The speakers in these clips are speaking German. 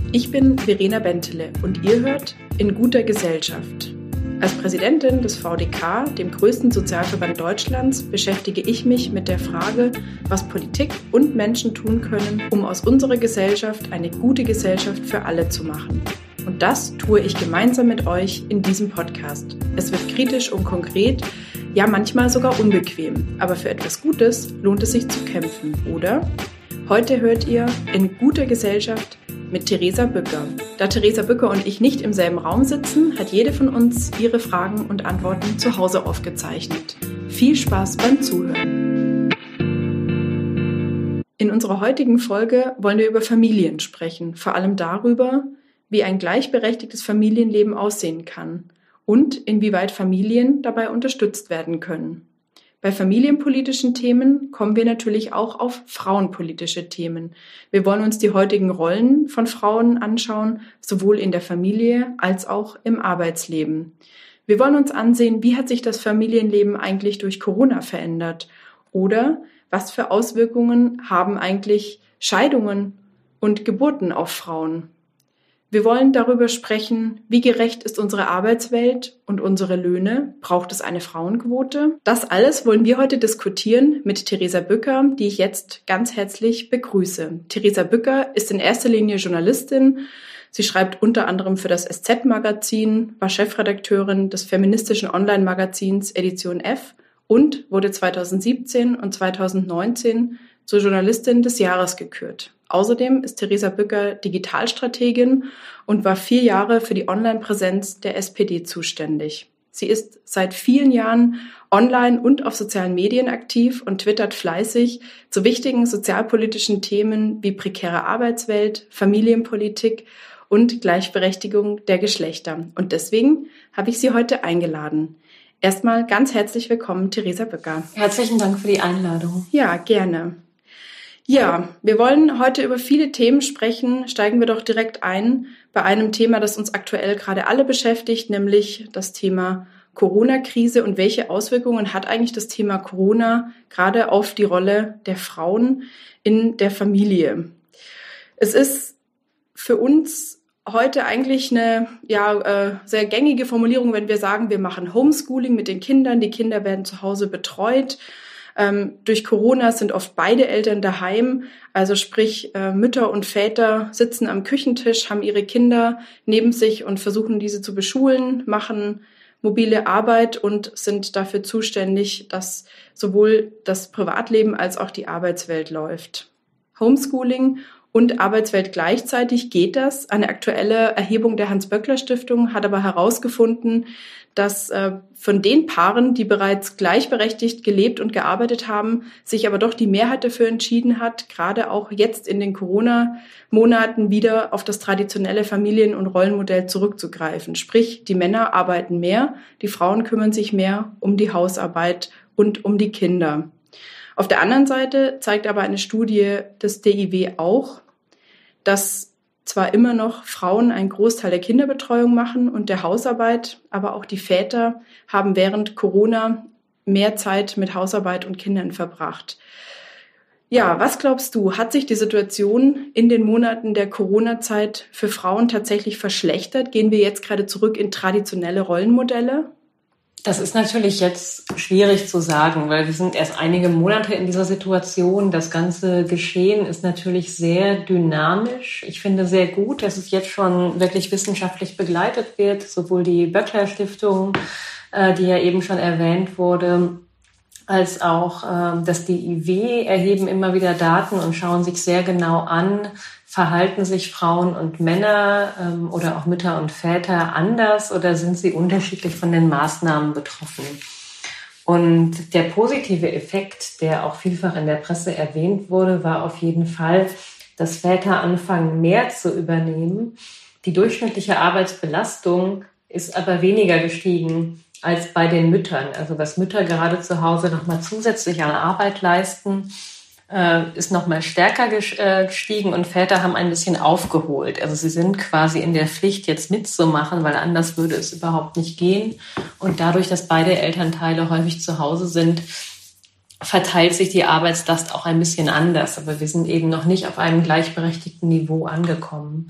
Ich bin Verena Bentele und ihr hört In guter Gesellschaft. Als Präsidentin des VDK, dem größten Sozialverband Deutschlands, beschäftige ich mich mit der Frage, was Politik und Menschen tun können, um aus unserer Gesellschaft eine gute Gesellschaft für alle zu machen. Und das tue ich gemeinsam mit euch in diesem Podcast. Es wird kritisch und konkret, ja manchmal sogar unbequem. Aber für etwas Gutes lohnt es sich zu kämpfen, oder? Heute hört ihr In guter Gesellschaft mit Theresa Bücker. Da Theresa Bücker und ich nicht im selben Raum sitzen, hat jede von uns ihre Fragen und Antworten zu Hause aufgezeichnet. Viel Spaß beim Zuhören. In unserer heutigen Folge wollen wir über Familien sprechen, vor allem darüber, wie ein gleichberechtigtes Familienleben aussehen kann und inwieweit Familien dabei unterstützt werden können. Bei familienpolitischen Themen kommen wir natürlich auch auf frauenpolitische Themen. Wir wollen uns die heutigen Rollen von Frauen anschauen, sowohl in der Familie als auch im Arbeitsleben. Wir wollen uns ansehen, wie hat sich das Familienleben eigentlich durch Corona verändert? Oder was für Auswirkungen haben eigentlich Scheidungen und Geburten auf Frauen? Wir wollen darüber sprechen, wie gerecht ist unsere Arbeitswelt und unsere Löhne? Braucht es eine Frauenquote? Das alles wollen wir heute diskutieren mit Theresa Bücker, die ich jetzt ganz herzlich begrüße. Theresa Bücker ist in erster Linie Journalistin. Sie schreibt unter anderem für das SZ-Magazin, war Chefredakteurin des feministischen Online-Magazins Edition F und wurde 2017 und 2019 zur Journalistin des Jahres gekürt. Außerdem ist Theresa Bücker Digitalstrategin und war 4 Jahre für die Online-Präsenz der SPD zuständig. Sie ist seit vielen Jahren online und auf sozialen Medien aktiv und twittert fleißig zu wichtigen sozialpolitischen Themen wie prekäre Arbeitswelt, Familienpolitik und Gleichberechtigung der Geschlechter. Und deswegen habe ich sie heute eingeladen. Erstmal ganz herzlich willkommen, Theresa Bücker. Herzlichen Dank für die Einladung. Ja, gerne. Ja, wir wollen heute über viele Themen sprechen. Steigen wir doch direkt ein bei einem Thema, das uns aktuell gerade alle beschäftigt, nämlich das Thema Corona-Krise und welche Auswirkungen hat eigentlich das Thema Corona gerade auf die Rolle der Frauen in der Familie. Es ist für uns heute eigentlich eine sehr gängige Formulierung, wenn wir sagen, wir machen Homeschooling mit den Kindern, die Kinder werden zu Hause betreut. Durch Corona sind oft beide Eltern daheim, also sprich Mütter und Väter sitzen am Küchentisch, haben ihre Kinder neben sich und versuchen diese zu beschulen, machen mobile Arbeit und sind dafür zuständig, dass sowohl das Privatleben als auch die Arbeitswelt läuft. Homeschooling und Arbeitswelt gleichzeitig geht das. Eine aktuelle Erhebung der Hans-Böckler-Stiftung hat aber herausgefunden, dass von den Paaren, die bereits gleichberechtigt gelebt und gearbeitet haben, sich aber doch die Mehrheit dafür entschieden hat, gerade auch jetzt in den Corona-Monaten wieder auf das traditionelle Familien- und Rollenmodell zurückzugreifen. Sprich, die Männer arbeiten mehr, die Frauen kümmern sich mehr um die Hausarbeit und um die Kinder. Auf der anderen Seite zeigt aber eine Studie des DIW auch, dass zwar immer noch Frauen einen Großteil der Kinderbetreuung machen und der Hausarbeit, aber auch die Väter haben während Corona mehr Zeit mit Hausarbeit und Kindern verbracht. Ja, was glaubst du, hat sich die Situation in den Monaten der Corona-Zeit für Frauen tatsächlich verschlechtert? Gehen wir jetzt gerade zurück in traditionelle Rollenmodelle? Das ist natürlich jetzt schwierig zu sagen, weil wir sind erst einige Monate in dieser Situation. Das ganze Geschehen ist natürlich sehr dynamisch. Ich finde sehr gut, dass es jetzt schon wirklich wissenschaftlich begleitet wird. Sowohl die Böckler-Stiftung, die ja eben schon erwähnt wurde, als auch das DIW erheben immer wieder Daten und schauen sich sehr genau an, verhalten sich Frauen und Männer oder auch Mütter und Väter anders oder sind sie unterschiedlich von den Maßnahmen betroffen? Und der positive Effekt, der auch vielfach in der Presse erwähnt wurde, war auf jeden Fall, dass Väter anfangen, mehr zu übernehmen. Die durchschnittliche Arbeitsbelastung ist aber weniger gestiegen als bei den Müttern. Also was Mütter gerade zu Hause nochmal zusätzlich an Arbeit leisten, ist nochmal stärker gestiegen und Väter haben ein bisschen aufgeholt. Also sie sind quasi in der Pflicht, jetzt mitzumachen, weil anders würde es überhaupt nicht gehen. Und dadurch, dass beide Elternteile häufig zu Hause sind, verteilt sich die Arbeitslast auch ein bisschen anders. Aber wir sind eben noch nicht auf einem gleichberechtigten Niveau angekommen.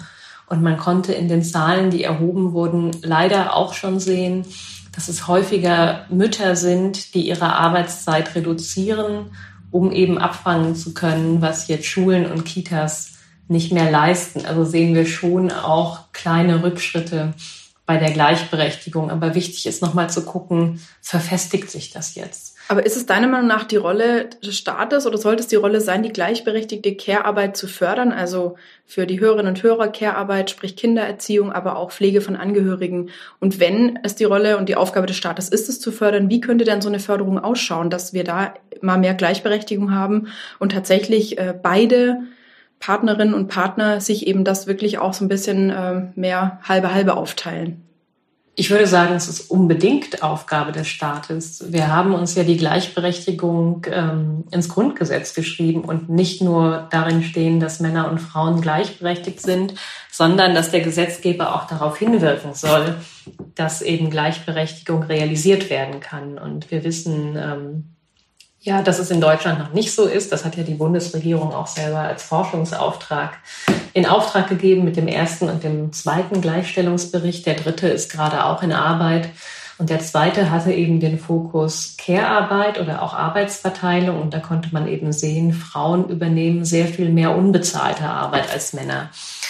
Und man konnte in den Zahlen, die erhoben wurden, leider auch schon sehen, dass es häufiger Mütter sind, die ihre Arbeitszeit reduzieren, um eben abfangen zu können, was jetzt Schulen und Kitas nicht mehr leisten. Also sehen wir schon auch kleine Rückschritte bei der Gleichberechtigung. Aber wichtig ist nochmal zu gucken, verfestigt sich das jetzt? Aber ist es deiner Meinung nach die Rolle des Staates oder sollte es die Rolle sein, die gleichberechtigte Care-Arbeit zu fördern? Also für die Hörerinnen und Hörer Care-Arbeit, sprich Kindererziehung, aber auch Pflege von Angehörigen. Und wenn es die Rolle und die Aufgabe des Staates ist, es zu fördern, wie könnte denn so eine Förderung ausschauen, dass wir da mal mehr Gleichberechtigung haben und tatsächlich beide Partnerinnen und Partner sich eben das wirklich auch so ein bisschen mehr halbe aufteilen? Ich würde sagen, es ist unbedingt Aufgabe des Staates. Wir haben uns ja die Gleichberechtigung ins Grundgesetz geschrieben und nicht nur darin stehen, dass Männer und Frauen gleichberechtigt sind, sondern dass der Gesetzgeber auch darauf hinwirken soll, dass eben Gleichberechtigung realisiert werden kann. Und wir wissen, dass es in Deutschland noch nicht so ist. Das hat ja die Bundesregierung auch selber als Forschungsauftrag in Auftrag gegeben mit dem ersten und dem zweiten Gleichstellungsbericht. Der dritte ist gerade auch in Arbeit. Und der zweite hatte eben den Fokus Care-Arbeit oder auch Arbeitsverteilung. Und da konnte man eben sehen, Frauen übernehmen sehr viel mehr unbezahlte Arbeit als Männer.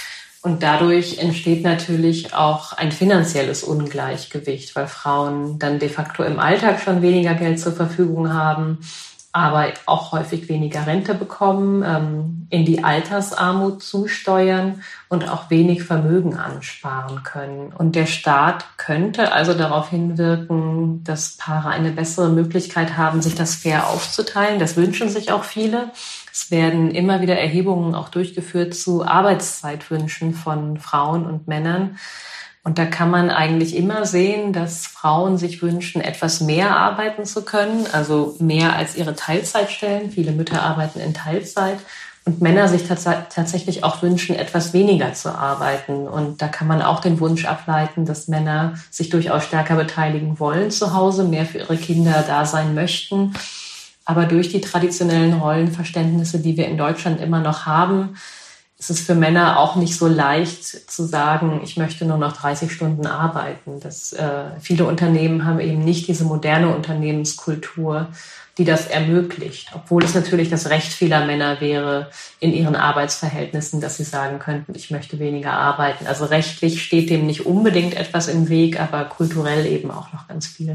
Und dadurch entsteht natürlich auch ein finanzielles Ungleichgewicht, weil Frauen dann de facto im Alltag schon weniger Geld zur Verfügung haben, aber auch häufig weniger Rente bekommen, in die Altersarmut zusteuern und auch wenig Vermögen ansparen können. Und der Staat könnte also darauf hinwirken, dass Paare eine bessere Möglichkeit haben, sich das fair aufzuteilen. Das wünschen sich auch viele. Es werden immer wieder Erhebungen auch durchgeführt zu Arbeitszeitwünschen von Frauen und Männern. Und da kann man eigentlich immer sehen, dass Frauen sich wünschen, etwas mehr arbeiten zu können, also mehr als ihre Teilzeitstellen. Viele Mütter arbeiten in Teilzeit. Und Männer sich tatsächlich auch wünschen, etwas weniger zu arbeiten. Und da kann man auch den Wunsch ableiten, dass Männer sich durchaus stärker beteiligen wollen zu Hause, mehr für ihre Kinder da sein möchten. Aber durch die traditionellen Rollenverständnisse, die wir in Deutschland immer noch haben, ist es für Männer auch nicht so leicht zu sagen, ich möchte nur noch 30 Stunden arbeiten. Viele Unternehmen haben eben nicht diese moderne Unternehmenskultur, die das ermöglicht. Obwohl es natürlich das Recht vieler Männer wäre in ihren Arbeitsverhältnissen, dass sie sagen könnten, ich möchte weniger arbeiten. Also rechtlich steht dem nicht unbedingt etwas im Weg, aber kulturell eben auch noch ganz viel.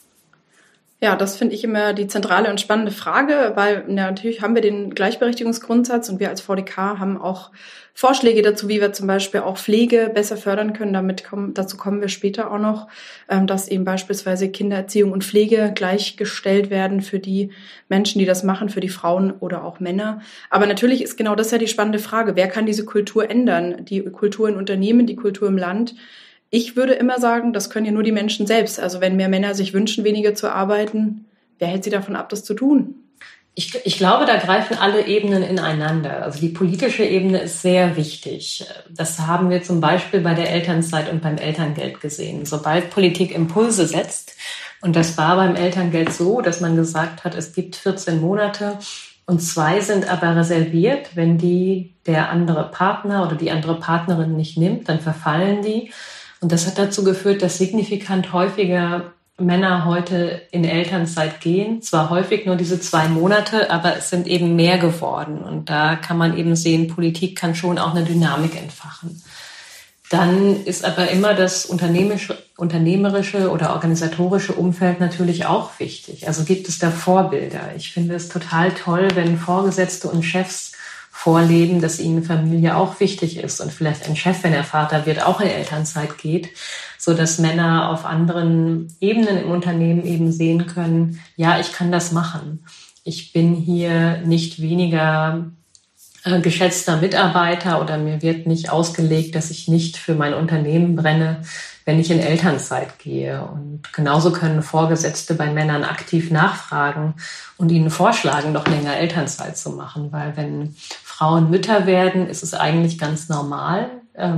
Ja, das finde ich immer die zentrale und spannende Frage, weil natürlich haben wir den Gleichberechtigungsgrundsatz und wir als VDK haben auch Vorschläge dazu, wie wir zum Beispiel auch Pflege besser fördern können. Dazu kommen wir später auch noch, dass eben beispielsweise Kindererziehung und Pflege gleichgestellt werden für die Menschen, die das machen, für die Frauen oder auch Männer. Aber natürlich ist genau das ja die spannende Frage. Wer kann diese Kultur ändern? Die Kultur in Unternehmen, die Kultur im Land. Ich würde immer sagen, das können ja nur die Menschen selbst. Also wenn mehr Männer sich wünschen, weniger zu arbeiten, wer hält sie davon ab, das zu tun? Ich glaube, da greifen alle Ebenen ineinander. Also die politische Ebene ist sehr wichtig. Das haben wir zum Beispiel bei der Elternzeit und beim Elterngeld gesehen. Sobald Politik Impulse setzt, und das war beim Elterngeld so, dass man gesagt hat, es gibt 14 Monate und 2 sind aber reserviert. Wenn der andere Partner oder die andere Partnerin nicht nimmt, dann verfallen die. Und das hat dazu geführt, dass signifikant häufiger Männer heute in Elternzeit gehen. Zwar häufig nur diese 2 Monate, aber es sind eben mehr geworden. Und da kann man eben sehen, Politik kann schon auch eine Dynamik entfachen. Dann ist aber immer das unternehmerische oder organisatorische Umfeld natürlich auch wichtig. Also gibt es da Vorbilder. Ich finde es total toll, wenn Vorgesetzte und Chefs vorleben, dass ihnen Familie auch wichtig ist und vielleicht ein Chef, wenn er Vater wird, auch in Elternzeit geht, so dass Männer auf anderen Ebenen im Unternehmen eben sehen können, ja, ich kann das machen. Ich bin hier nicht weniger geschätzter Mitarbeiter oder mir wird nicht ausgelegt, dass ich nicht für mein Unternehmen brenne, wenn ich in Elternzeit gehe. Und genauso können Vorgesetzte bei Männern aktiv nachfragen und ihnen vorschlagen, noch länger Elternzeit zu machen. Weil wenn Frauen Mütter werden, ist es eigentlich ganz normal.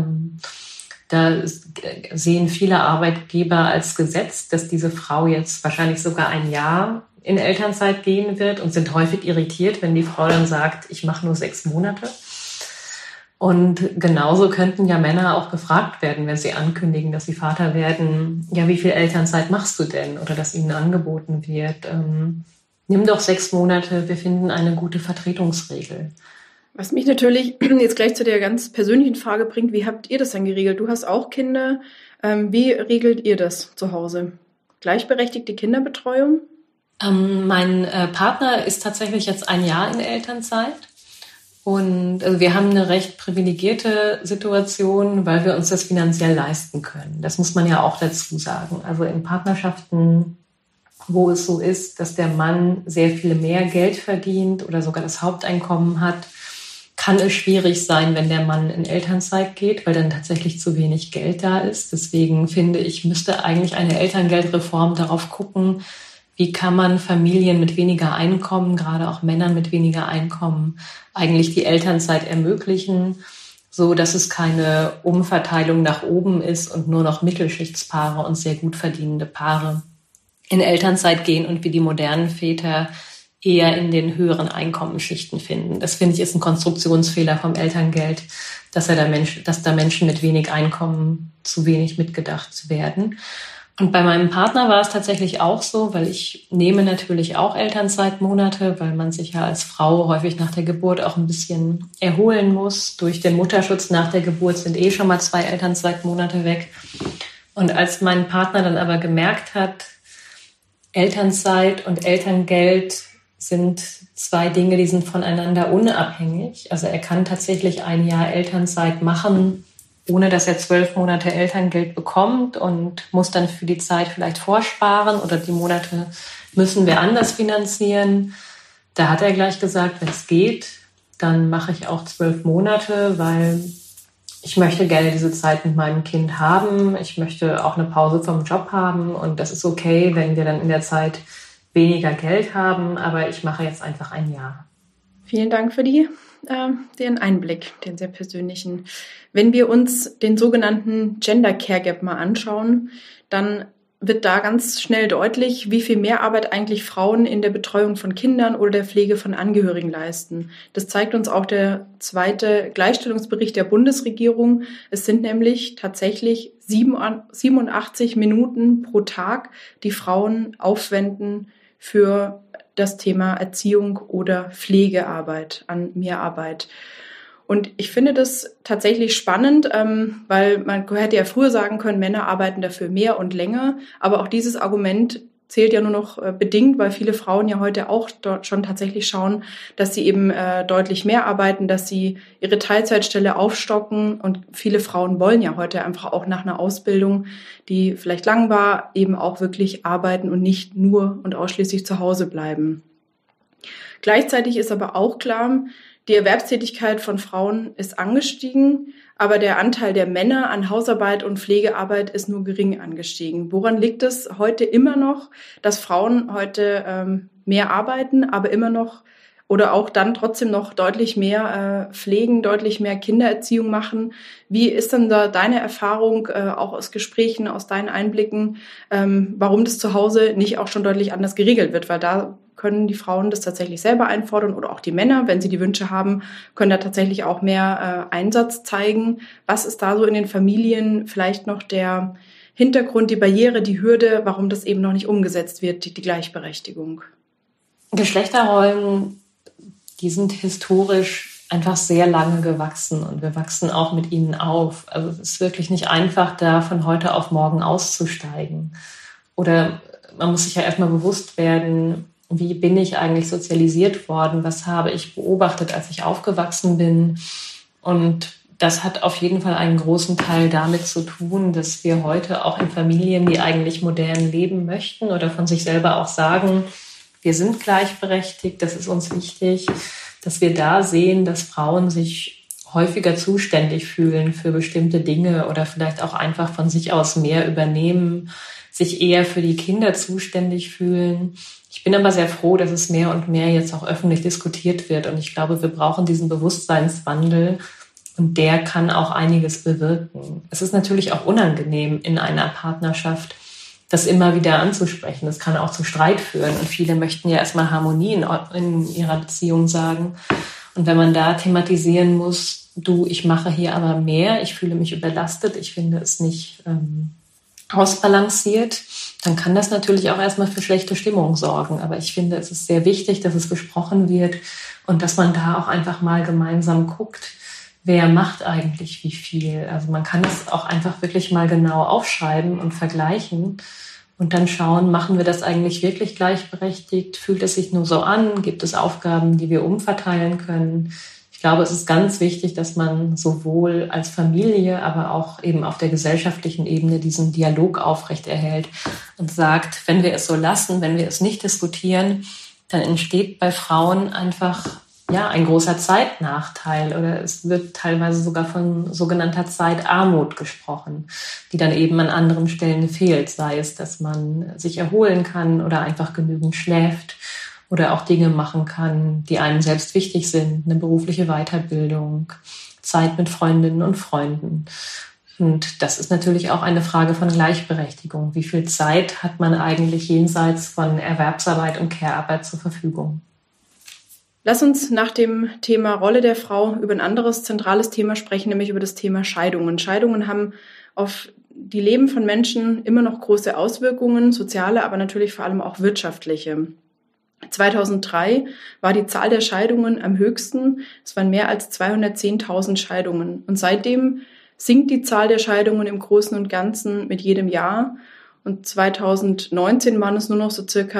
Da sehen viele Arbeitgeber als Gesetz, dass diese Frau jetzt wahrscheinlich sogar ein Jahr in Elternzeit gehen wird und sind häufig irritiert, wenn die Frau dann sagt, ich mache nur 6 Monate. Und genauso könnten ja Männer auch gefragt werden, wenn sie ankündigen, dass sie Vater werden, ja, wie viel Elternzeit machst du denn? Oder dass ihnen angeboten wird, nimm doch 6 Monate, wir finden eine gute Vertretungsregel. Was mich natürlich jetzt gleich zu der ganz persönlichen Frage bringt, wie habt ihr das dann geregelt? Du hast auch Kinder. Wie regelt ihr das zu Hause? Gleichberechtigte Kinderbetreuung? Mein Partner ist tatsächlich jetzt 1 Jahr in Elternzeit. Und also wir haben eine recht privilegierte Situation, weil wir uns das finanziell leisten können. Das muss man ja auch dazu sagen. Also in Partnerschaften, wo es so ist, dass der Mann sehr viel mehr Geld verdient oder sogar das Haupteinkommen hat, kann es schwierig sein, wenn der Mann in Elternzeit geht, weil dann tatsächlich zu wenig Geld da ist. Deswegen finde ich, müsste eigentlich eine Elterngeldreform darauf gucken, wie kann man Familien mit weniger Einkommen, gerade auch Männern mit weniger Einkommen, eigentlich die Elternzeit ermöglichen, so dass es keine Umverteilung nach oben ist und nur noch Mittelschichtspaare und sehr gut verdienende Paare in Elternzeit gehen und wie die modernen Väter eher in den höheren Einkommensschichten finden. Das finde ich ist ein Konstruktionsfehler vom Elterngeld, dass da Menschen mit wenig Einkommen zu wenig mitgedacht werden. Und bei meinem Partner war es tatsächlich auch so, weil ich nehme natürlich auch Elternzeitmonate, weil man sich ja als Frau häufig nach der Geburt auch ein bisschen erholen muss. Durch den Mutterschutz nach der Geburt sind schon mal 2 Elternzeitmonate weg. Und als mein Partner dann aber gemerkt hat, Elternzeit und Elterngeld sind 2 Dinge, die sind voneinander unabhängig. Also er kann tatsächlich 1 Jahr Elternzeit machen, ohne dass er 12 Monate Elterngeld bekommt und muss dann für die Zeit vielleicht vorsparen oder die Monate müssen wir anders finanzieren. Da hat er gleich gesagt, wenn es geht, dann mache ich auch 12 Monate, weil ich möchte gerne diese Zeit mit meinem Kind haben. Ich möchte auch eine Pause vom Job haben und das ist okay, wenn wir dann in der Zeit weniger Geld haben, aber ich mache jetzt einfach 1 Jahr. Vielen Dank für den Einblick, den sehr persönlichen. Wenn wir uns den sogenannten Gender Care Gap mal anschauen, dann wird da ganz schnell deutlich, wie viel Mehrarbeit eigentlich Frauen in der Betreuung von Kindern oder der Pflege von Angehörigen leisten. Das zeigt uns auch der 2. Gleichstellungsbericht der Bundesregierung. Es sind nämlich tatsächlich 87 Minuten pro Tag, die Frauen aufwenden für das Thema Erziehung oder Pflegearbeit, an Mehrarbeit. Und ich finde das tatsächlich spannend, weil man hätte ja früher sagen können, Männer arbeiten dafür mehr und länger. Aber auch dieses Argument zählt ja nur noch bedingt, weil viele Frauen ja heute auch dort schon tatsächlich schauen, dass sie eben deutlich mehr arbeiten, dass sie ihre Teilzeitstelle aufstocken. Und viele Frauen wollen ja heute einfach auch nach einer Ausbildung, die vielleicht lang war, eben auch wirklich arbeiten und nicht nur und ausschließlich zu Hause bleiben. Gleichzeitig ist aber auch klar, die Erwerbstätigkeit von Frauen ist angestiegen, aber der Anteil der Männer an Hausarbeit und Pflegearbeit ist nur gering angestiegen. Woran liegt es heute immer noch, dass Frauen heute mehr arbeiten, aber immer noch oder auch dann trotzdem noch deutlich mehr pflegen, deutlich mehr Kindererziehung machen? Wie ist denn da deine Erfahrung, auch aus Gesprächen, aus deinen Einblicken, warum das zu Hause nicht auch schon deutlich anders geregelt wird? Weil da können die Frauen das tatsächlich selber einfordern oder auch die Männer, wenn sie die Wünsche haben, können da tatsächlich auch mehr Einsatz zeigen. Was ist da so in den Familien vielleicht noch der Hintergrund, die Barriere, die Hürde, warum das eben noch nicht umgesetzt wird, die Gleichberechtigung? Geschlechterrollen, die sind historisch einfach sehr lange gewachsen und wir wachsen auch mit ihnen auf. Also es ist wirklich nicht einfach, da von heute auf morgen auszusteigen. Oder man muss sich ja erstmal bewusst werden, wie bin ich eigentlich sozialisiert worden? Was habe ich beobachtet, als ich aufgewachsen bin? Und das hat auf jeden Fall einen großen Teil damit zu tun, dass wir heute auch in Familien, die eigentlich modern leben möchten oder von sich selber auch sagen, wir sind gleichberechtigt, das ist uns wichtig, dass wir da sehen, dass Frauen sich häufiger zuständig fühlen für bestimmte Dinge oder vielleicht auch einfach von sich aus mehr übernehmen, sich eher für die Kinder zuständig fühlen. Ich bin aber sehr froh, dass es mehr und mehr jetzt auch öffentlich diskutiert wird. Und ich glaube, wir brauchen diesen Bewusstseinswandel und der kann auch einiges bewirken. Es ist natürlich auch unangenehm in einer Partnerschaft, das immer wieder anzusprechen. Das kann auch zu Streit führen. Und viele möchten ja erstmal Harmonie in ihrer Beziehung sagen. Und wenn man da thematisieren muss, ich mache hier aber mehr, ich fühle mich überlastet, ich finde es nicht ausbalanciert, dann kann das natürlich auch erstmal für schlechte Stimmung sorgen. Aber ich finde, es ist sehr wichtig, dass es besprochen wird und dass man da auch einfach mal gemeinsam guckt, wer macht eigentlich wie viel. Also man kann es auch einfach wirklich mal genau aufschreiben und vergleichen und dann schauen, machen wir das eigentlich wirklich gleichberechtigt? Fühlt es sich nur so an? Gibt es Aufgaben, die wir umverteilen können? Ich glaube, es ist ganz wichtig, dass man sowohl als Familie, aber auch eben auf der gesellschaftlichen Ebene diesen Dialog aufrechterhält und sagt, wenn wir es so lassen, wenn wir es nicht diskutieren, dann entsteht bei Frauen einfach ein großer Zeitnachteil oder es wird teilweise sogar von sogenannter Zeitarmut gesprochen, die dann eben an anderen Stellen fehlt, sei es, dass man sich erholen kann oder einfach genügend schläft oder auch Dinge machen kann, die einem selbst wichtig sind, eine berufliche Weiterbildung, Zeit mit Freundinnen und Freunden. Und das ist natürlich auch eine Frage von Gleichberechtigung. Wie viel Zeit hat man eigentlich jenseits von Erwerbsarbeit und Care-Arbeit zur Verfügung? Lass uns nach dem Thema Rolle der Frau über ein anderes zentrales Thema sprechen, nämlich über das Thema Scheidungen. Scheidungen haben auf die Leben von Menschen immer noch große Auswirkungen, soziale, aber natürlich vor allem auch wirtschaftliche. 2003 war die Zahl der Scheidungen am höchsten. Es waren mehr als 210.000 Scheidungen. Und seitdem sinkt die Zahl der Scheidungen im Großen und Ganzen mit jedem Jahr. Und 2019 waren es nur noch so circa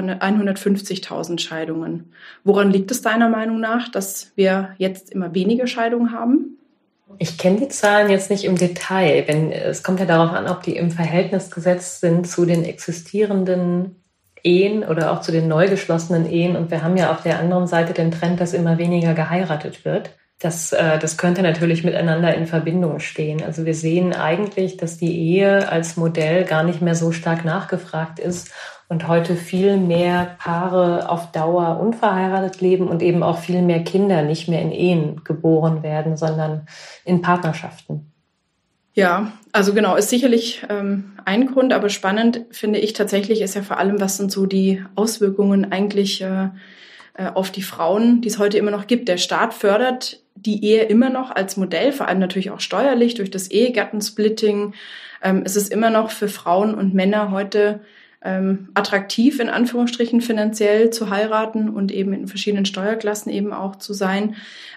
150.000 Scheidungen. Woran liegt es deiner Meinung nach, dass wir jetzt immer weniger Scheidungen haben? Ich kenne die Zahlen jetzt nicht im Detail. Es kommt ja darauf an, ob die im Verhältnis gesetzt sind zu den existierenden Ehen oder auch zu den neu geschlossenen Ehen. Und wir haben ja auf der anderen Seite den Trend, dass immer weniger geheiratet wird. Das könnte natürlich miteinander in Verbindung stehen. Also wir sehen eigentlich, dass die Ehe als Modell gar nicht mehr so stark nachgefragt ist und heute viel mehr Paare auf Dauer unverheiratet leben und eben auch viel mehr Kinder nicht mehr in Ehen geboren werden, sondern in Partnerschaften. Ja, also genau, ist sicherlich ein Grund, aber spannend finde ich tatsächlich ist ja vor allem, was sind so die Auswirkungen eigentlich auf die Frauen, die es heute immer noch gibt. Der Staat fördert die Ehe immer noch als Modell, vor allem natürlich auch steuerlich durch das Ehegattensplitting. Es ist immer noch für Frauen und Männer heute attraktiv, in Anführungsstrichen finanziell zu heiraten und eben in verschiedenen Steuerklassen eben auch zu sein.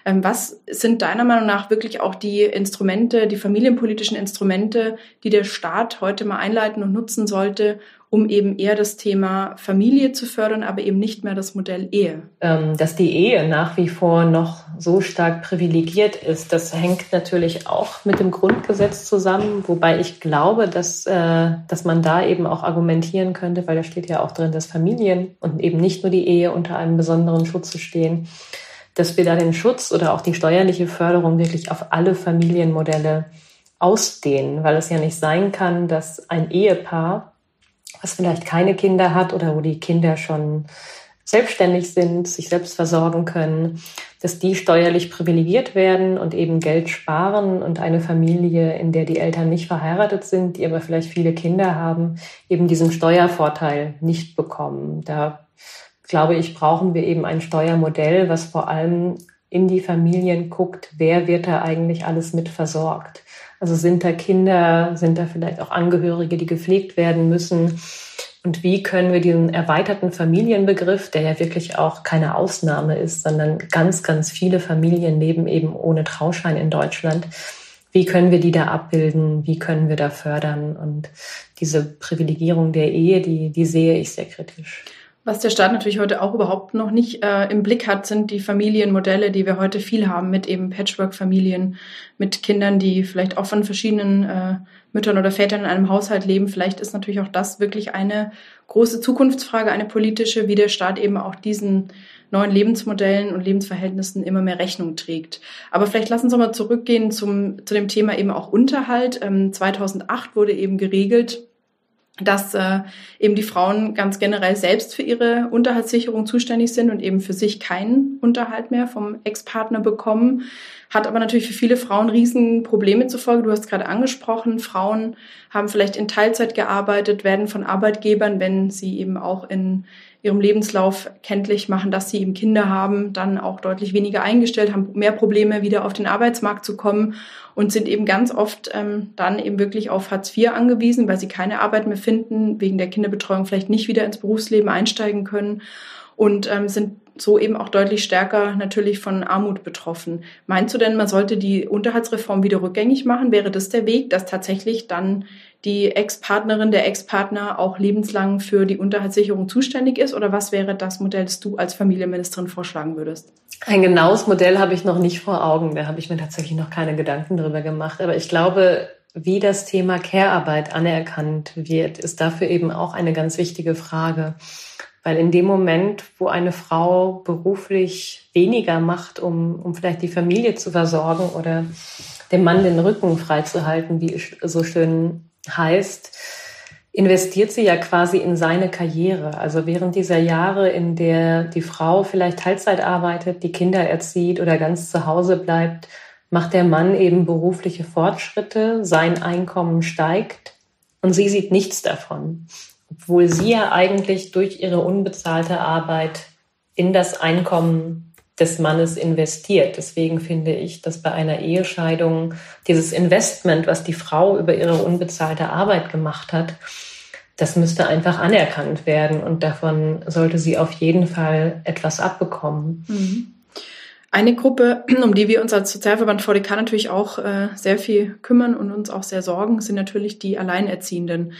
Was sind deiner Meinung nach wirklich auch die Instrumente, die familienpolitischen Instrumente, die der Staat heute mal einleiten und nutzen sollte, um eben eher das Thema Familie zu fördern, aber eben nicht mehr das Modell Ehe? Dass die Ehe nach wie vor noch so stark privilegiert ist, das hängt natürlich auch mit dem Grundgesetz zusammen, wobei ich glaube, dass man da eben auch argumentieren könnte, weil da steht ja auch drin, dass Familien und eben nicht nur die Ehe unter einem besonderen Schutz stehen, dass wir da den Schutz oder auch die steuerliche Förderung wirklich auf alle Familienmodelle ausdehnen, weil es ja nicht sein kann, dass ein Ehepaar, was vielleicht keine Kinder hat oder wo die Kinder schon selbstständig sind, sich selbst versorgen können, dass die steuerlich privilegiert werden und eben Geld sparen und eine Familie, in der die Eltern nicht verheiratet sind, die aber vielleicht viele Kinder haben, eben diesen Steuervorteil nicht bekommen. Da glaube ich, brauchen wir eben ein Steuermodell, was vor allem in die Familien guckt, wer wird da eigentlich alles mit versorgt. Also sind da Kinder, sind da vielleicht auch Angehörige, die gepflegt werden müssen? Und wie können wir diesen erweiterten Familienbegriff, der ja wirklich auch keine Ausnahme ist, sondern ganz, ganz viele Familien leben eben ohne Trauschein in Deutschland, wie können wir die da abbilden? Wie können wir da fördern? Und diese Privilegierung der Ehe, die sehe ich sehr kritisch. Was der Staat natürlich heute auch überhaupt noch nicht im Blick hat, sind die Familienmodelle, die wir heute viel haben, mit eben Patchwork-Familien, mit Kindern, die vielleicht auch von verschiedenen Müttern oder Vätern in einem Haushalt leben. Vielleicht ist natürlich auch das wirklich eine große Zukunftsfrage, eine politische, wie der Staat eben auch diesen neuen Lebensmodellen und Lebensverhältnissen immer mehr Rechnung trägt. Aber vielleicht lassen Sie mal zurückgehen zu dem Thema eben auch Unterhalt. 2008 wurde eben geregelt, dass eben die Frauen ganz generell selbst für ihre Unterhaltssicherung zuständig sind und eben für sich keinen Unterhalt mehr vom Ex-Partner bekommen. Hat aber natürlich für viele Frauen riesen Probleme zur Folge. Du hast gerade angesprochen, Frauen haben vielleicht in Teilzeit gearbeitet, werden von Arbeitgebern, wenn sie eben auch in ihrem Lebenslauf kenntlich machen, dass sie eben Kinder haben, dann auch deutlich weniger eingestellt, haben mehr Probleme, wieder auf den Arbeitsmarkt zu kommen und sind eben ganz oft dann eben wirklich auf Hartz IV angewiesen, weil sie keine Arbeit mehr finden, wegen der Kinderbetreuung vielleicht nicht wieder ins Berufsleben einsteigen können und sind so eben auch deutlich stärker natürlich von Armut betroffen. Meinst du denn, man sollte die Unterhaltsreform wieder rückgängig machen? Wäre das der Weg, dass tatsächlich dann die Ex-Partnerin, der Ex-Partner auch lebenslang für die Unterhaltssicherung zuständig ist? Oder was wäre das Modell, das du als Familienministerin vorschlagen würdest? Ein genaues Modell habe ich noch nicht vor Augen. Da habe ich mir tatsächlich noch keine Gedanken drüber gemacht. Aber ich glaube, wie das Thema Care-Arbeit anerkannt wird, ist dafür eben auch eine ganz wichtige Frage. Weil in dem Moment, wo eine Frau beruflich weniger macht, um vielleicht die Familie zu versorgen oder dem Mann den Rücken freizuhalten, wie es so schön heißt, investiert sie ja quasi in seine Karriere. Also während dieser Jahre, in der die Frau vielleicht Teilzeit arbeitet, die Kinder erzieht oder ganz zu Hause bleibt, macht der Mann eben berufliche Fortschritte, sein Einkommen steigt und sie sieht nichts davon. Obwohl sie ja eigentlich durch ihre unbezahlte Arbeit in das Einkommen des Mannes investiert. Deswegen finde ich, dass bei einer Ehescheidung dieses Investment, was die Frau über ihre unbezahlte Arbeit gemacht hat, das müsste einfach anerkannt werden und davon sollte sie auf jeden Fall etwas abbekommen. Mhm. Eine Gruppe, um die wir uns als Sozialverband VDK natürlich auch sehr viel kümmern und uns auch sehr sorgen, sind natürlich die Alleinerziehenden.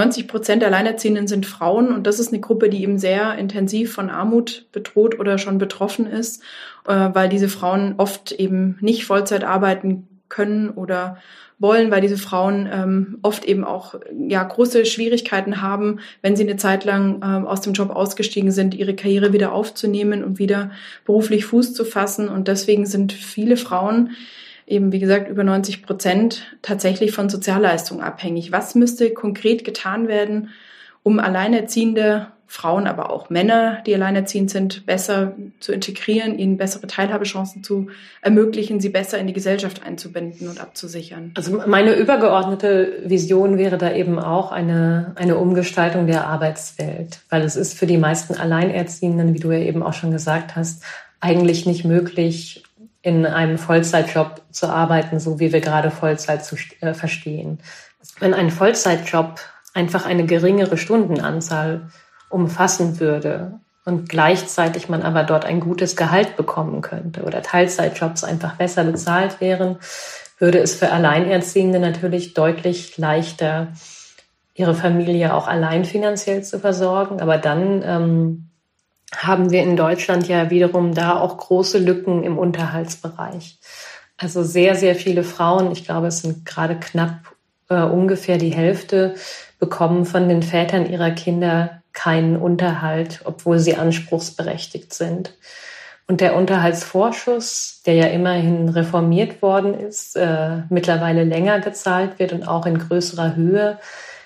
90% der Alleinerziehenden sind Frauen und das ist eine Gruppe, die eben sehr intensiv von Armut bedroht oder schon betroffen ist, weil diese Frauen oft eben nicht Vollzeit arbeiten können oder wollen, weil diese Frauen oft eben auch große Schwierigkeiten haben, wenn sie eine Zeit lang aus dem Job ausgestiegen sind, ihre Karriere wieder aufzunehmen und wieder beruflich Fuß zu fassen. Und deswegen sind viele Frauen, eben wie gesagt über 90%, tatsächlich von Sozialleistungen abhängig. Was müsste konkret getan werden, um alleinerziehende Frauen, aber auch Männer, die alleinerziehend sind, besser zu integrieren, ihnen bessere Teilhabechancen zu ermöglichen, sie besser in die Gesellschaft einzubinden und abzusichern? Also meine übergeordnete Vision wäre da eben auch eine Umgestaltung der Arbeitswelt, weil es ist für die meisten Alleinerziehenden, wie du ja eben auch schon gesagt hast, eigentlich nicht möglich, in einem Vollzeitjob zu arbeiten, so wie wir gerade Vollzeit verstehen. Wenn ein Vollzeitjob einfach eine geringere Stundenanzahl umfassen würde und gleichzeitig man aber dort ein gutes Gehalt bekommen könnte oder Teilzeitjobs einfach besser bezahlt wären, würde es für Alleinerziehende natürlich deutlich leichter, ihre Familie auch allein finanziell zu versorgen. Aber dann haben wir in Deutschland ja wiederum da auch große Lücken im Unterhaltsbereich. Also sehr, sehr viele Frauen, ich glaube, es sind gerade knapp ungefähr die Hälfte, bekommen von den Vätern ihrer Kinder keinen Unterhalt, obwohl sie anspruchsberechtigt sind. Und der Unterhaltsvorschuss, der ja immerhin reformiert worden ist, mittlerweile länger gezahlt wird und auch in größerer Höhe,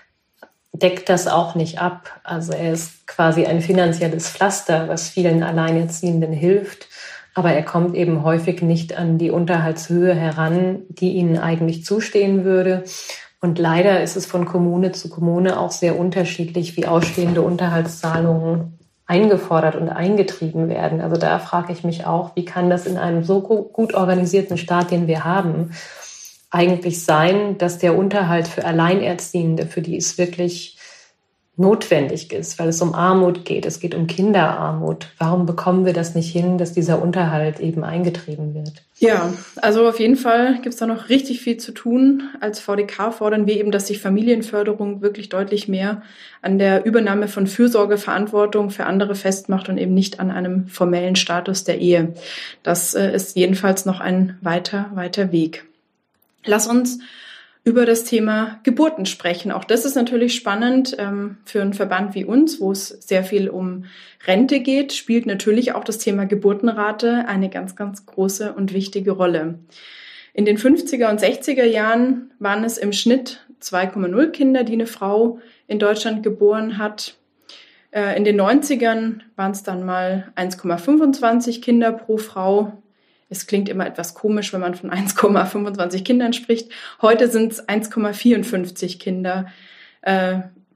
deckt das auch nicht ab. Also er ist quasi ein finanzielles Pflaster, was vielen Alleinerziehenden hilft, aber er kommt eben häufig nicht an die Unterhaltshöhe heran, die ihnen eigentlich zustehen würde. Und leider ist es von Kommune zu Kommune auch sehr unterschiedlich, wie ausstehende Unterhaltszahlungen eingefordert und eingetrieben werden. Also da frage ich mich auch, wie kann das in einem so gut organisierten Staat, den wir haben, eigentlich sein, dass der Unterhalt für Alleinerziehende, für die es wirklich notwendig ist, weil es um Armut geht, es geht um Kinderarmut. Warum bekommen wir das nicht hin, dass dieser Unterhalt eben eingetrieben wird? Ja, also auf jeden Fall gibt es da noch richtig viel zu tun. Als VDK fordern wir eben, dass sich Familienförderung wirklich deutlich mehr an der Übernahme von Fürsorgeverantwortung für andere festmacht und eben nicht an einem formellen Status der Ehe. Das ist jedenfalls noch ein weiter Weg. Lass uns über das Thema Geburten sprechen. Auch das ist natürlich spannend für einen Verband wie uns, wo es sehr viel um Rente geht, spielt natürlich auch das Thema Geburtenrate eine ganz, ganz große und wichtige Rolle. In den 50er und 60er Jahren waren es im Schnitt 2,0 Kinder, die eine Frau in Deutschland geboren hat. In den 90ern waren es dann mal 1,25 Kinder pro Frau. Es klingt immer etwas komisch, wenn man von 1,25 Kindern spricht. Heute sind es 1,54 Kinder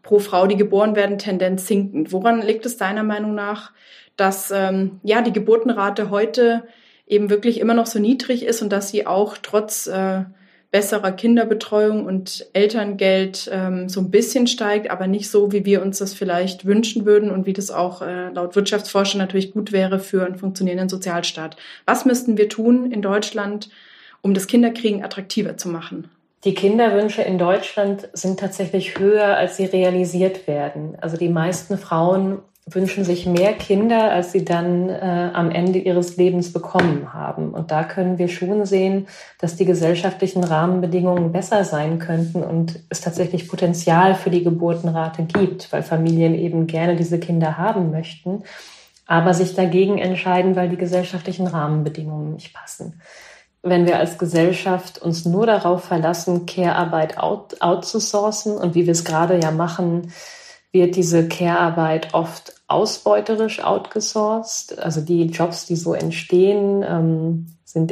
pro Frau, die geboren werden, Tendenz sinkend. Woran liegt es deiner Meinung nach, dass die Geburtenrate heute eben wirklich immer noch so niedrig ist und dass sie auch trotz besserer Kinderbetreuung und Elterngeld so ein bisschen steigt, aber nicht so, wie wir uns das vielleicht wünschen würden und wie das auch laut Wirtschaftsforscher natürlich gut wäre für einen funktionierenden Sozialstaat. Was müssten wir tun in Deutschland, um das Kinderkriegen attraktiver zu machen? Die Kinderwünsche in Deutschland sind tatsächlich höher, als sie realisiert werden. Also die meisten Frauen wünschen sich mehr Kinder, als sie dann am Ende ihres Lebens bekommen haben. Und da können wir schon sehen, dass die gesellschaftlichen Rahmenbedingungen besser sein könnten und es tatsächlich Potenzial für die Geburtenrate gibt, weil Familien eben gerne diese Kinder haben möchten, aber sich dagegen entscheiden, weil die gesellschaftlichen Rahmenbedingungen nicht passen. Wenn wir als Gesellschaft uns nur darauf verlassen, Care-Arbeit outzusourcen, und wie wir es gerade ja machen, wird diese Care-Arbeit oft ausbeuterisch outgesourced. Also die Jobs, die so entstehen, sind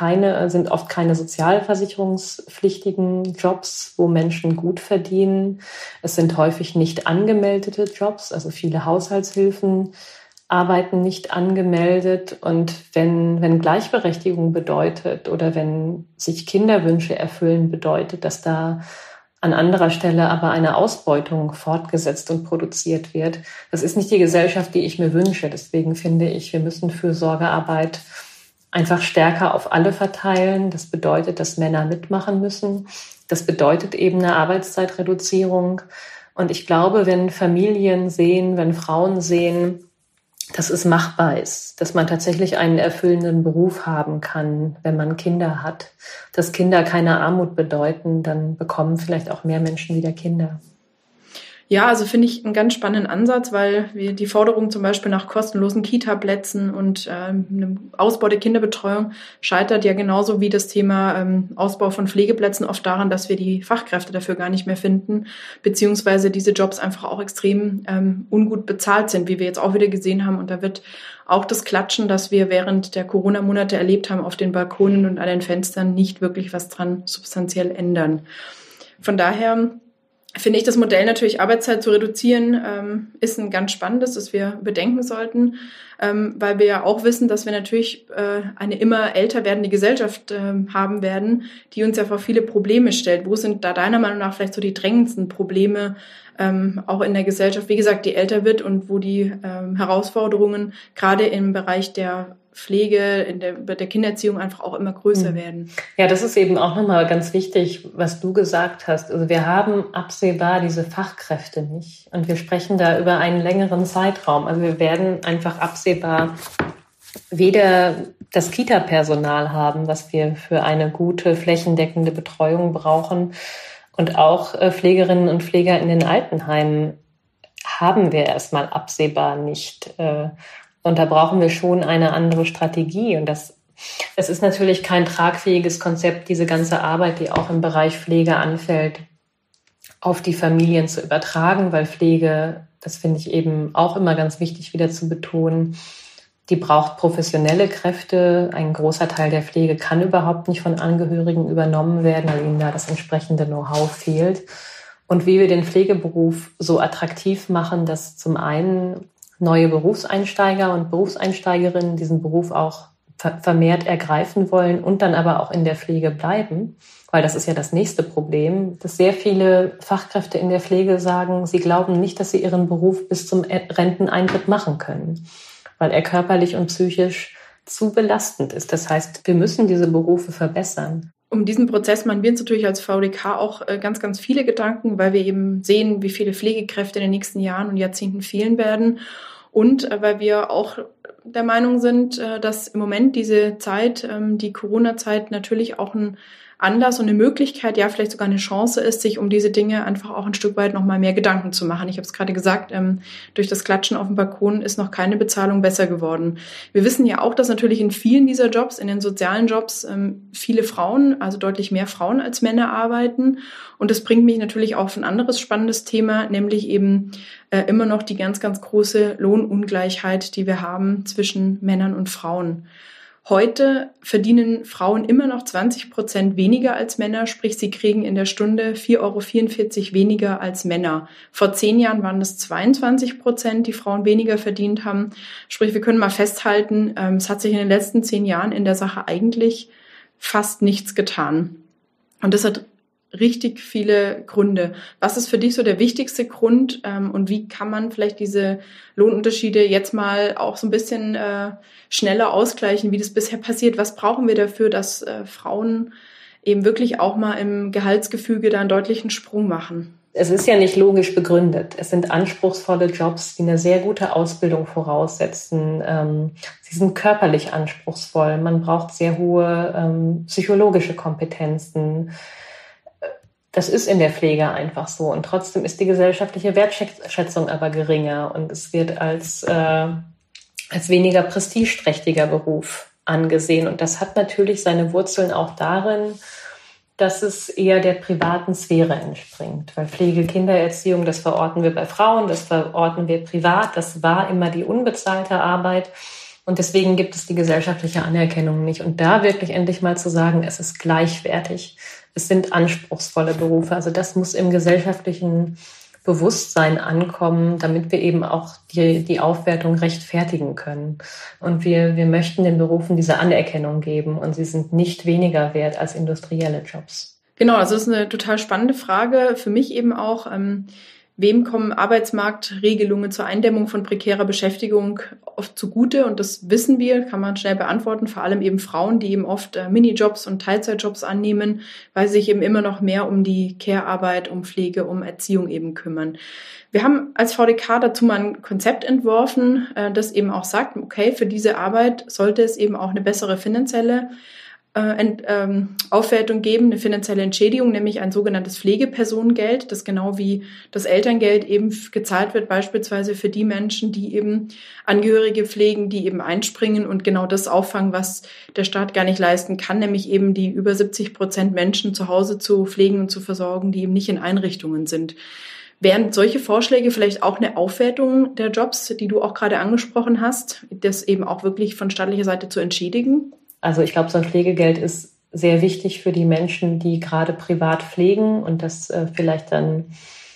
oft keine sozialversicherungspflichtigen Jobs, wo Menschen gut verdienen. Es sind häufig nicht angemeldete Jobs, also viele Haushaltshilfen arbeiten nicht angemeldet. Und wenn Gleichberechtigung bedeutet oder wenn sich Kinderwünsche erfüllen bedeutet, dass da an anderer Stelle aber eine Ausbeutung fortgesetzt und produziert wird, das ist nicht die Gesellschaft, die ich mir wünsche. Deswegen finde ich, wir müssen Fürsorgearbeit einfach stärker auf alle verteilen. Das bedeutet, dass Männer mitmachen müssen. Das bedeutet eben eine Arbeitszeitreduzierung. Und ich glaube, wenn Familien sehen, wenn Frauen sehen, dass es machbar ist, dass man tatsächlich einen erfüllenden Beruf haben kann, wenn man Kinder hat, dass Kinder keine Armut bedeuten, dann bekommen vielleicht auch mehr Menschen wieder Kinder. Ja, also finde ich einen ganz spannenden Ansatz, weil wir die Forderung zum Beispiel nach kostenlosen Kita-Plätzen und einem Ausbau der Kinderbetreuung scheitert ja genauso wie das Thema Ausbau von Pflegeplätzen oft daran, dass wir die Fachkräfte dafür gar nicht mehr finden, beziehungsweise diese Jobs einfach auch extrem ungut bezahlt sind, wie wir jetzt auch wieder gesehen haben. Und da wird auch das Klatschen, das wir während der Corona-Monate erlebt haben, auf den Balkonen und an den Fenstern nicht wirklich was dran substanziell ändern. Von daher finde ich das Modell natürlich, Arbeitszeit zu reduzieren, ist ein ganz spannendes, das wir bedenken sollten, weil wir ja auch wissen, dass wir natürlich eine immer älter werdende Gesellschaft haben werden, die uns ja vor viele Probleme stellt. Wo sind da deiner Meinung nach vielleicht so die drängendsten Probleme auch in der Gesellschaft, wie gesagt, die älter wird und wo die Herausforderungen gerade im Bereich der Pflege, bei der Kindererziehung einfach auch immer größer werden. Ja, das ist eben auch nochmal ganz wichtig, was du gesagt hast. Also wir haben absehbar diese Fachkräfte nicht. Und wir sprechen da über einen längeren Zeitraum. Also wir werden einfach absehbar weder das Kita-Personal haben, was wir für eine gute flächendeckende Betreuung brauchen. Und auch Pflegerinnen und Pfleger in den Altenheimen haben wir erstmal absehbar nicht. Und da brauchen wir schon eine andere Strategie. Und es ist natürlich kein tragfähiges Konzept, diese ganze Arbeit, die auch im Bereich Pflege anfällt, auf die Familien zu übertragen, weil Pflege, das finde ich eben auch immer ganz wichtig wieder zu betonen, die braucht professionelle Kräfte. Ein großer Teil der Pflege kann überhaupt nicht von Angehörigen übernommen werden, weil ihnen da das entsprechende Know-how fehlt. Und wie wir den Pflegeberuf so attraktiv machen, dass zum einen neue Berufseinsteiger und Berufseinsteigerinnen diesen Beruf auch vermehrt ergreifen wollen und dann aber auch in der Pflege bleiben, weil das ist ja das nächste Problem, dass sehr viele Fachkräfte in der Pflege sagen, sie glauben nicht, dass sie ihren Beruf bis zum Renteneintritt machen können, weil er körperlich und psychisch zu belastend ist. Das heißt, wir müssen diese Berufe verbessern. Um diesen Prozess machen wir uns natürlich als VDK auch ganz, ganz viele Gedanken, weil wir eben sehen, wie viele Pflegekräfte in den nächsten Jahren und Jahrzehnten fehlen werden. Und weil wir auch der Meinung sind, dass im Moment diese Zeit, die Corona-Zeit, natürlich auch ein Anlass und eine Möglichkeit, ja vielleicht sogar eine Chance ist, sich um diese Dinge einfach auch ein Stück weit noch mal mehr Gedanken zu machen. Ich habe es gerade gesagt, durch das Klatschen auf dem Balkon ist noch keine Bezahlung besser geworden. Wir wissen ja auch, dass natürlich in vielen dieser Jobs, in den sozialen Jobs, viele Frauen, also deutlich mehr Frauen als Männer arbeiten. Und das bringt mich natürlich auf ein anderes spannendes Thema, nämlich eben immer noch die ganz, ganz große Lohnungleichheit, die wir haben zwischen Männern und Frauen. Heute verdienen Frauen immer noch 20% weniger als Männer, sprich sie kriegen in der Stunde 4,44 € weniger als Männer. Vor 10 Jahren waren das 22%, die Frauen weniger verdient haben. Sprich, wir können mal festhalten, es hat sich in den letzten 10 Jahren in der Sache eigentlich fast nichts getan. Und das hat richtig viele Gründe. Was ist für dich so der wichtigste Grund und wie kann man vielleicht diese Lohnunterschiede jetzt mal auch so ein bisschen schneller ausgleichen, wie das bisher passiert? Was brauchen wir dafür, dass Frauen eben wirklich auch mal im Gehaltsgefüge da einen deutlichen Sprung machen? Es ist ja nicht logisch begründet. Es sind anspruchsvolle Jobs, die eine sehr gute Ausbildung voraussetzen. Sie sind körperlich anspruchsvoll. Man braucht sehr hohe psychologische Kompetenzen. Das ist in der Pflege einfach so. Und trotzdem ist die gesellschaftliche Wertschätzung aber geringer. Und es wird als weniger prestigeträchtiger Beruf angesehen. Und das hat natürlich seine Wurzeln auch darin, dass es eher der privaten Sphäre entspringt. Weil Pflege, Kindererziehung, das verorten wir bei Frauen, das verorten wir privat. Das war immer die unbezahlte Arbeit. Und deswegen gibt es die gesellschaftliche Anerkennung nicht. Und da wirklich endlich mal zu sagen, es ist gleichwertig. Es sind anspruchsvolle Berufe. Also das muss im gesellschaftlichen Bewusstsein ankommen, damit wir eben auch die Aufwertung rechtfertigen können. Und wir möchten den Berufen diese Anerkennung geben und sie sind nicht weniger wert als industrielle Jobs. Genau, also das ist eine total spannende Frage. Für mich eben auch, wem kommen Arbeitsmarktregelungen zur Eindämmung von prekärer Beschäftigung oft zugute? Und das wissen wir, kann man schnell beantworten, vor allem eben Frauen, die eben oft Minijobs und Teilzeitjobs annehmen, weil sie sich eben immer noch mehr um die Care-Arbeit, um Pflege, um Erziehung eben kümmern. Wir haben als VDK dazu mal ein Konzept entworfen, das eben auch sagt, okay, für diese Arbeit sollte es eben auch eine bessere finanzielle Aufwertung geben, eine finanzielle Entschädigung, nämlich ein sogenanntes Pflegepersonengeld, das genau wie das Elterngeld eben gezahlt wird, beispielsweise für die Menschen, die eben Angehörige pflegen, die eben einspringen und genau das auffangen, was der Staat gar nicht leisten kann, nämlich eben die über 70% Menschen zu Hause zu pflegen und zu versorgen, die eben nicht in Einrichtungen sind. Wären solche Vorschläge vielleicht auch eine Aufwertung der Jobs, die du auch gerade angesprochen hast, das eben auch wirklich von staatlicher Seite zu entschädigen? Also ich glaube, so ein Pflegegeld ist sehr wichtig für die Menschen, die gerade privat pflegen und das vielleicht dann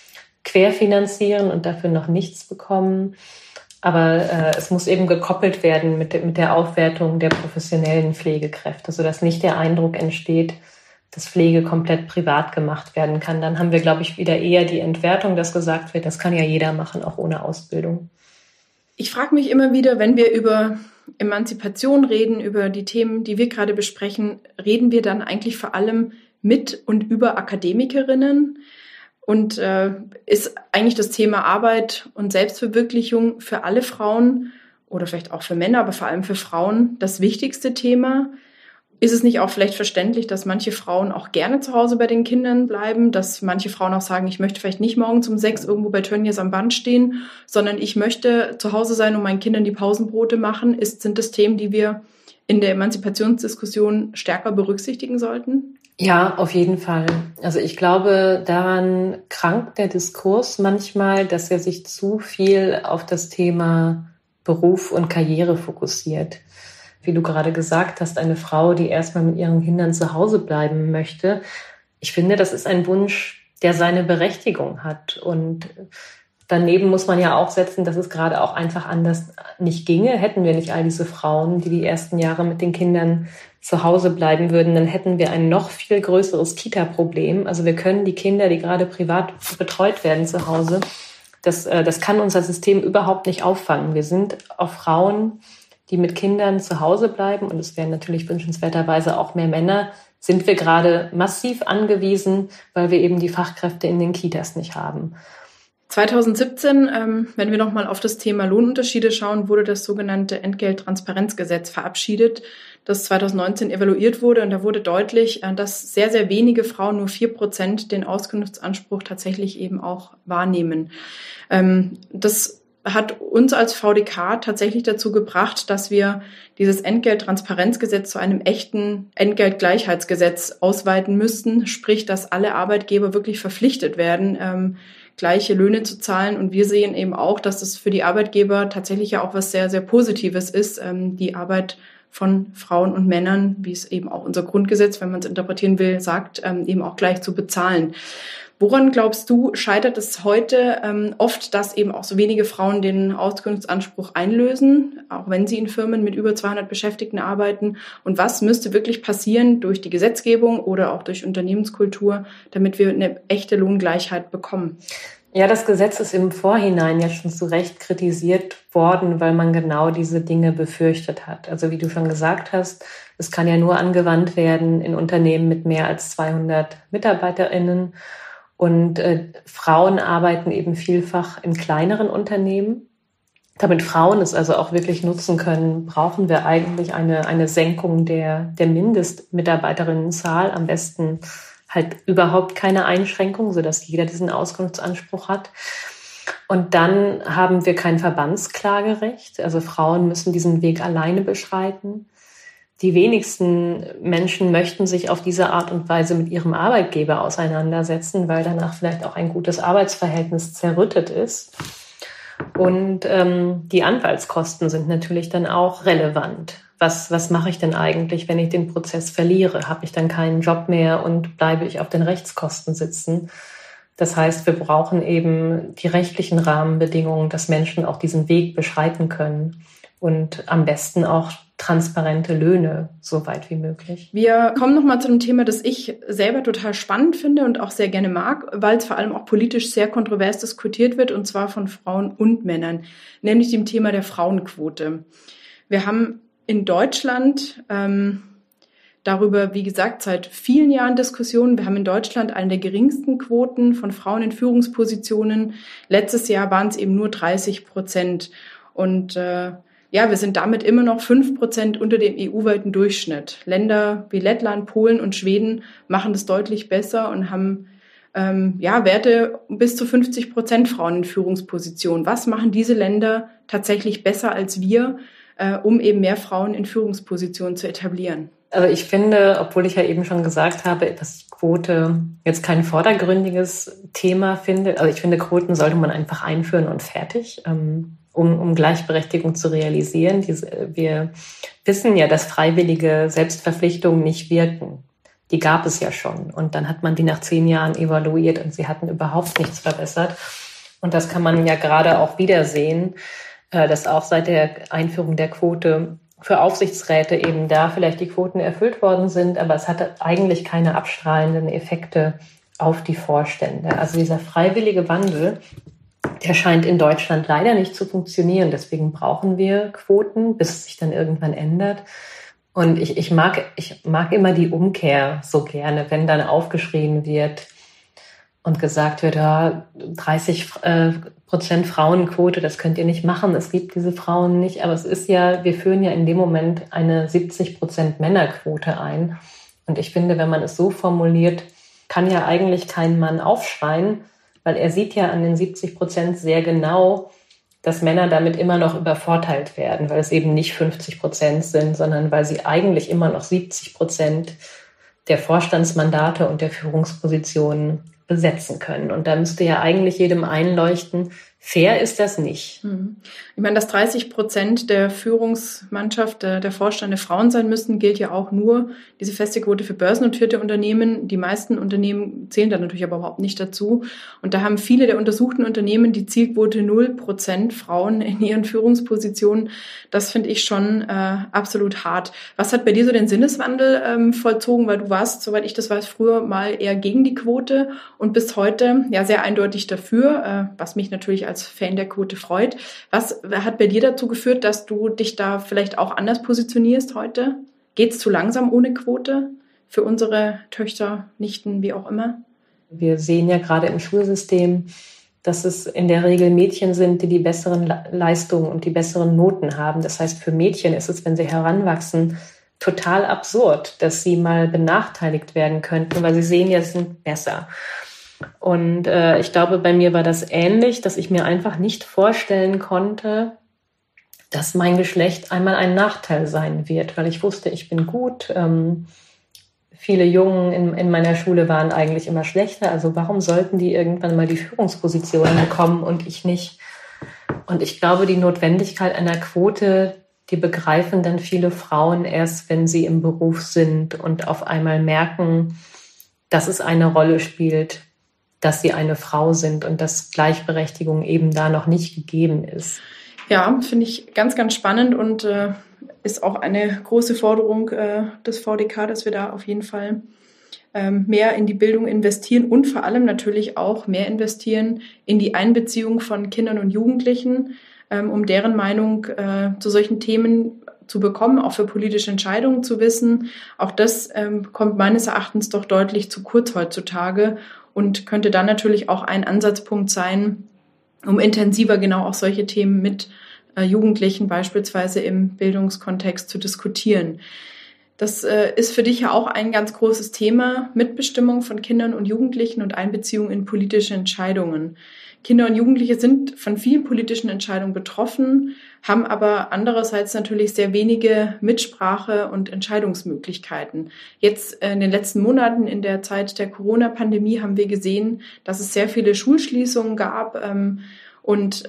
querfinanzieren und dafür noch nichts bekommen. Aber es muss eben gekoppelt werden mit der Aufwertung der professionellen Pflegekräfte, sodass nicht der Eindruck entsteht, dass Pflege komplett privat gemacht werden kann. Dann haben wir, glaube ich, wieder eher die Entwertung, dass gesagt wird, das kann ja jeder machen, auch ohne Ausbildung. Ich frage mich immer wieder, wenn wir über Emanzipation reden, über die Themen, die wir gerade besprechen, reden wir dann eigentlich vor allem mit und über Akademikerinnen? Und ist eigentlich das Thema Arbeit und Selbstverwirklichung für alle Frauen oder vielleicht auch für Männer, aber vor allem für Frauen das wichtigste Thema? Ist es nicht auch vielleicht verständlich, dass manche Frauen auch gerne zu Hause bei den Kindern bleiben, dass manche Frauen auch sagen, ich möchte vielleicht nicht morgens um 6 irgendwo bei Tönnies am Band stehen, sondern ich möchte zu Hause sein und meinen Kindern die Pausenbrote machen? Sind das Themen, die wir in der Emanzipationsdiskussion stärker berücksichtigen sollten? Ja, auf jeden Fall. Also ich glaube, daran krankt der Diskurs manchmal, dass er sich zu viel auf das Thema Beruf und Karriere fokussiert. Wie du gerade gesagt hast, eine Frau, die erstmal mit ihren Kindern zu Hause bleiben möchte. Ich finde, das ist ein Wunsch, der seine Berechtigung hat. Und daneben muss man ja auch setzen, dass es gerade auch einfach anders nicht ginge. Hätten wir nicht all diese Frauen, die ersten Jahre mit den Kindern zu Hause bleiben würden, dann hätten wir ein noch viel größeres Kita-Problem. Also wir können die Kinder, die gerade privat betreut werden zu Hause, das kann unser System überhaupt nicht auffangen. Wir sind auf Frauen, die mit Kindern zu Hause bleiben, und es wären natürlich wünschenswerterweise auch mehr Männer, sind wir gerade massiv angewiesen, weil wir eben die Fachkräfte in den Kitas nicht haben. 2017, wenn wir nochmal auf das Thema Lohnunterschiede schauen, wurde das sogenannte Entgelttransparenzgesetz verabschiedet, das 2019 evaluiert wurde. Und da wurde deutlich, dass sehr, sehr wenige Frauen, nur 4%, den Auskunftsanspruch tatsächlich eben auch wahrnehmen. Das hat uns als VDK tatsächlich dazu gebracht, dass wir dieses Entgelttransparenzgesetz zu einem echten Entgeltgleichheitsgesetz ausweiten müssten, sprich, dass alle Arbeitgeber wirklich verpflichtet werden, gleiche Löhne zu zahlen. Und wir sehen eben auch, dass das für die Arbeitgeber tatsächlich ja auch was sehr, sehr Positives ist, die Arbeit von Frauen und Männern, wie es eben auch unser Grundgesetz, wenn man es interpretieren will, sagt, eben auch gleich zu bezahlen. Woran glaubst du, scheitert es heute oft, dass eben auch so wenige Frauen den Auskunftsanspruch einlösen, auch wenn sie in Firmen mit über 200 Beschäftigten arbeiten? Und was müsste wirklich passieren durch die Gesetzgebung oder auch durch Unternehmenskultur, damit wir eine echte Lohngleichheit bekommen? Ja, das Gesetz ist im Vorhinein ja schon zu Recht kritisiert worden, weil man genau diese Dinge befürchtet hat. Also wie du schon gesagt hast, es kann ja nur angewandt werden in Unternehmen mit mehr als 200 MitarbeiterInnen. Und Frauen arbeiten eben vielfach in kleineren Unternehmen. Damit Frauen es also auch wirklich nutzen können, brauchen wir eigentlich eine Senkung der Mindestmitarbeiterinnenzahl. Am besten halt überhaupt keine Einschränkung, sodass jeder diesen Auskunftsanspruch hat. Und dann haben wir kein Verbandsklagerecht. Also Frauen müssen diesen Weg alleine beschreiten. Die wenigsten Menschen möchten sich auf diese Art und Weise mit ihrem Arbeitgeber auseinandersetzen, weil danach vielleicht auch ein gutes Arbeitsverhältnis zerrüttet ist. Und die Anwaltskosten sind natürlich dann auch relevant. Was mache ich denn eigentlich, wenn ich den Prozess verliere? Habe ich dann keinen Job mehr und bleibe ich auf den Rechtskosten sitzen? Das heißt, wir brauchen eben die rechtlichen Rahmenbedingungen, dass Menschen auch diesen Weg beschreiten können und am besten auch transparente Löhne, so weit wie möglich. Wir kommen nochmal zu einem Thema, das ich selber total spannend finde und auch sehr gerne mag, weil es vor allem auch politisch sehr kontrovers diskutiert wird, und zwar von Frauen und Männern, nämlich dem Thema der Frauenquote. Wir haben in Deutschland darüber, wie gesagt, seit vielen Jahren Diskussionen. Wir haben in Deutschland eine der geringsten Quoten von Frauen in Führungspositionen. Letztes Jahr waren es eben nur 30%. Und wir sind damit immer noch 5% unter dem EU-weiten Durchschnitt. Länder wie Lettland, Polen und Schweden machen das deutlich besser und haben Werte bis zu 50% Frauen in Führungspositionen. Was machen diese Länder tatsächlich besser als wir, um eben mehr Frauen in Führungspositionen zu etablieren? Also ich finde, obwohl ich ja eben schon gesagt habe, dass die Quote jetzt kein vordergründiges Thema finde. Also ich finde, Quoten sollte man einfach einführen und fertig, um Gleichberechtigung zu realisieren. Wir wissen ja, dass freiwillige Selbstverpflichtungen nicht wirken. Die gab es ja schon. Und dann hat man die nach 10 Jahren evaluiert und sie hatten überhaupt nichts verbessert. Und das kann man ja gerade auch wieder sehen, dass auch seit der Einführung der Quote für Aufsichtsräte eben da vielleicht die Quoten erfüllt worden sind, aber es hatte eigentlich keine abstrahlenden Effekte auf die Vorstände. Also dieser freiwillige Wandel, der scheint in Deutschland leider nicht zu funktionieren. Deswegen brauchen wir Quoten, bis es sich dann irgendwann ändert. Und ich mag immer die Umkehr so gerne, wenn dann aufgeschrien wird und gesagt wird, 30% Frauenquote, das könnt ihr nicht machen, es gibt diese Frauen nicht. Aber es ist ja, wir führen ja in dem Moment eine 70% Männerquote ein. Und ich finde, wenn man es so formuliert, kann ja eigentlich kein Mann aufschreien, weil er sieht ja an den 70% sehr genau, dass Männer damit immer noch übervorteilt werden, weil es eben nicht 50% sind, sondern weil sie eigentlich immer noch 70% der Vorstandsmandate und der Führungspositionen besetzen können. Und da müsste ja eigentlich jedem einleuchten, fair ist das nicht. Ich meine, dass 30% der Führungsmannschaft, der Vorstände Frauen sein müssen, gilt ja auch nur diese feste Quote für börsennotierte Unternehmen. Die meisten Unternehmen zählen da natürlich aber überhaupt nicht dazu. Und da haben viele der untersuchten Unternehmen die Zielquote 0% Frauen in ihren Führungspositionen. Das finde ich schon absolut hart. Was hat bei dir so den Sinneswandel vollzogen? Weil du warst, soweit ich das weiß, früher mal eher gegen die Quote und bis heute ja sehr eindeutig dafür, was mich natürlich als Fan der Quote freut. Was hat bei dir dazu geführt, dass du dich da vielleicht auch anders positionierst heute? Geht es zu langsam ohne Quote für unsere Töchter, Nichten, wie auch immer? Wir sehen ja gerade im Schulsystem, dass es in der Regel Mädchen sind, die besseren Leistungen und die besseren Noten haben. Das heißt, für Mädchen ist es, wenn sie heranwachsen, total absurd, dass sie mal benachteiligt werden könnten, weil sie sehen ja, sie sind besser. Und ich glaube, bei mir war das ähnlich, dass ich mir einfach nicht vorstellen konnte, dass mein Geschlecht einmal ein Nachteil sein wird, weil ich wusste, ich bin gut. Viele Jungen in meiner Schule waren eigentlich immer schlechter. Also warum sollten die irgendwann mal die Führungspositionen bekommen und ich nicht? Und ich glaube, die Notwendigkeit einer Quote, die begreifen dann viele Frauen erst, wenn sie im Beruf sind und auf einmal merken, dass es eine Rolle spielt, dass sie eine Frau sind und dass Gleichberechtigung eben da noch nicht gegeben ist. Ja, finde ich ganz, ganz spannend und ist auch eine große Forderung des VDK, dass wir da auf jeden Fall mehr in die Bildung investieren und vor allem natürlich auch mehr investieren in die Einbeziehung von Kindern und Jugendlichen, um deren Meinung zu solchen Themen zu bekommen, auch für politische Entscheidungen zu wissen. Auch das kommt meines Erachtens doch deutlich zu kurz heutzutage und könnte dann natürlich auch ein Ansatzpunkt sein, um intensiver genau auch solche Themen mit Jugendlichen beispielsweise im Bildungskontext zu diskutieren. Das ist für dich ja auch ein ganz großes Thema, Mitbestimmung von Kindern und Jugendlichen und Einbeziehung in politische Entscheidungen. Kinder und Jugendliche sind von vielen politischen Entscheidungen betroffen, haben aber andererseits natürlich sehr wenige Mitsprache und Entscheidungsmöglichkeiten. Jetzt in den letzten Monaten in der Zeit der Corona-Pandemie haben wir gesehen, dass es sehr viele Schulschließungen gab. Und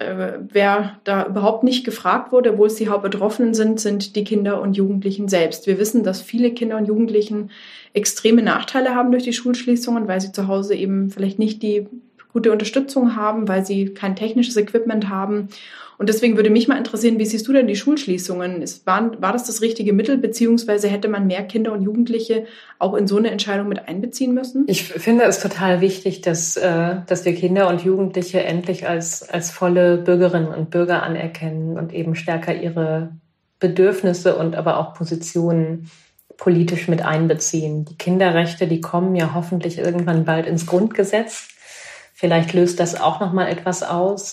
wer da überhaupt nicht gefragt wurde, obwohl es die Hauptbetroffenen sind die Kinder und Jugendlichen selbst. Wir wissen, dass viele Kinder und Jugendlichen extreme Nachteile haben durch die Schulschließungen, weil sie zu Hause eben vielleicht nicht die gute Unterstützung haben, weil sie kein technisches Equipment haben. Und deswegen würde mich mal interessieren, wie siehst du denn die Schulschließungen? War das richtige Mittel, beziehungsweise hätte man mehr Kinder und Jugendliche auch in so eine Entscheidung mit einbeziehen müssen? Ich finde es total wichtig, dass wir Kinder und Jugendliche endlich als volle Bürgerinnen und Bürger anerkennen und eben stärker ihre Bedürfnisse und aber auch Positionen politisch mit einbeziehen. Die Kinderrechte, die kommen ja hoffentlich irgendwann bald ins Grundgesetz. Vielleicht löst das auch noch mal etwas aus.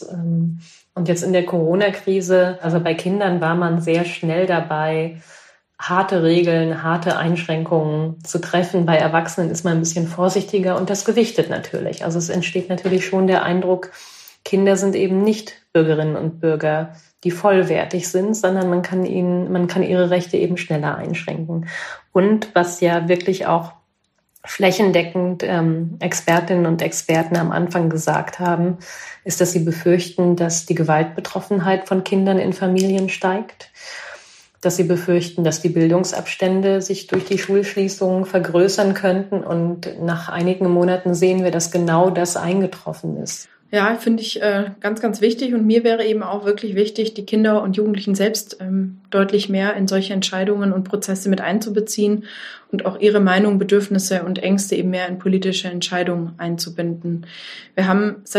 Und jetzt in der Corona-Krise, also bei Kindern war man sehr schnell dabei, harte Regeln, harte Einschränkungen zu treffen. Bei Erwachsenen ist man ein bisschen vorsichtiger und das gewichtet natürlich. Also es entsteht natürlich schon der Eindruck, Kinder sind eben nicht Bürgerinnen und Bürger, die vollwertig sind, sondern man kann ihre Rechte eben schneller einschränken. Und was ja wirklich auch flächendeckend Expertinnen und Experten am Anfang gesagt haben, ist, dass sie befürchten, dass die Gewaltbetroffenheit von Kindern in Familien steigt, dass sie befürchten, dass die Bildungsabstände sich durch die Schulschließungen vergrößern könnten. Und nach einigen Monaten sehen wir, dass genau das eingetroffen ist. Ja, finde ich ganz, ganz wichtig. Und mir wäre eben auch wirklich wichtig, die Kinder und Jugendlichen selbst deutlich mehr in solche Entscheidungen und Prozesse mit einzubeziehen und auch ihre Meinung, Bedürfnisse und Ängste eben mehr in politische Entscheidungen einzubinden. Wir haben seit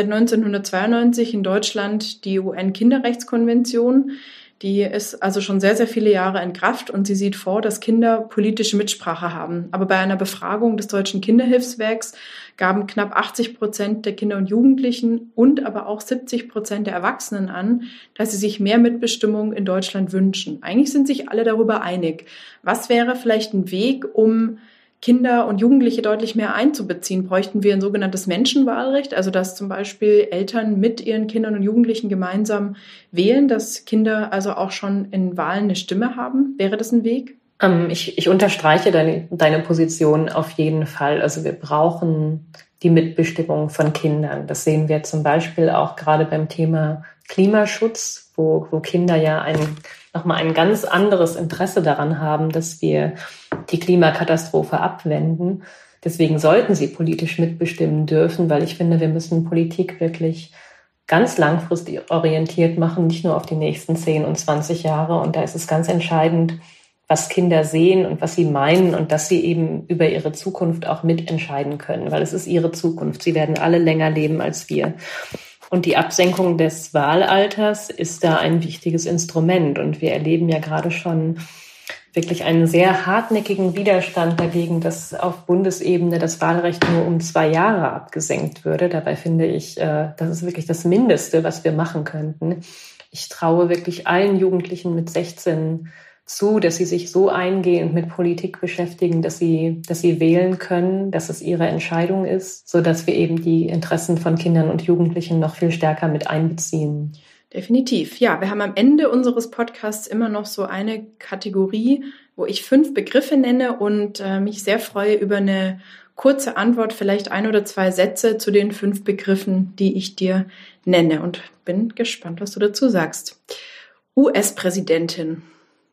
1992 in Deutschland die UN-Kinderrechtskonvention. Die ist also schon sehr, sehr viele Jahre in Kraft und sie sieht vor, dass Kinder politische Mitsprache haben. Aber bei einer Befragung des Deutschen Kinderhilfswerks gaben knapp 80% der Kinder und Jugendlichen und aber auch 70% der Erwachsenen an, dass sie sich mehr Mitbestimmung in Deutschland wünschen. Eigentlich sind sich alle darüber einig. Was wäre vielleicht ein Weg, um Kinder und Jugendliche deutlich mehr einzubeziehen? Bräuchten wir ein sogenanntes Menschenwahlrecht, also dass zum Beispiel Eltern mit ihren Kindern und Jugendlichen gemeinsam wählen, dass Kinder also auch schon in Wahlen eine Stimme haben? Wäre das ein Weg? Ich unterstreiche deine Position auf jeden Fall. Also wir brauchen die Mitbestimmung von Kindern. Das sehen wir zum Beispiel auch gerade beim Thema Klimaschutz, wo Kinder ja nochmal ein ganz anderes Interesse daran haben, dass wir die Klimakatastrophe abwenden. Deswegen sollten sie politisch mitbestimmen dürfen, weil ich finde, wir müssen Politik wirklich ganz langfristig orientiert machen, nicht nur auf die nächsten 10 und 20 Jahre. Und da ist es ganz entscheidend, was Kinder sehen und was sie meinen und dass sie eben über ihre Zukunft auch mitentscheiden können, weil es ist ihre Zukunft. Sie werden alle länger leben als wir. Und die Absenkung des Wahlalters ist da ein wichtiges Instrument. Und wir erleben ja gerade schon wirklich einen sehr hartnäckigen Widerstand dagegen, dass auf Bundesebene das Wahlrecht nur um 2 Jahre abgesenkt würde. Dabei finde ich, das ist wirklich das Mindeste, was wir machen könnten. Ich traue wirklich allen Jugendlichen mit 16 zu, dass sie sich so eingehend mit Politik beschäftigen, dass sie wählen können, dass es ihre Entscheidung ist, so dass wir eben die Interessen von Kindern und Jugendlichen noch viel stärker mit einbeziehen. Definitiv. Ja, wir haben am Ende unseres Podcasts immer noch so eine Kategorie, wo ich 5 Begriffe nenne und mich sehr freue über eine kurze Antwort, vielleicht 1 oder 2 Sätze zu den 5 Begriffen, die ich dir nenne und bin gespannt, was du dazu sagst. US-Präsidentin.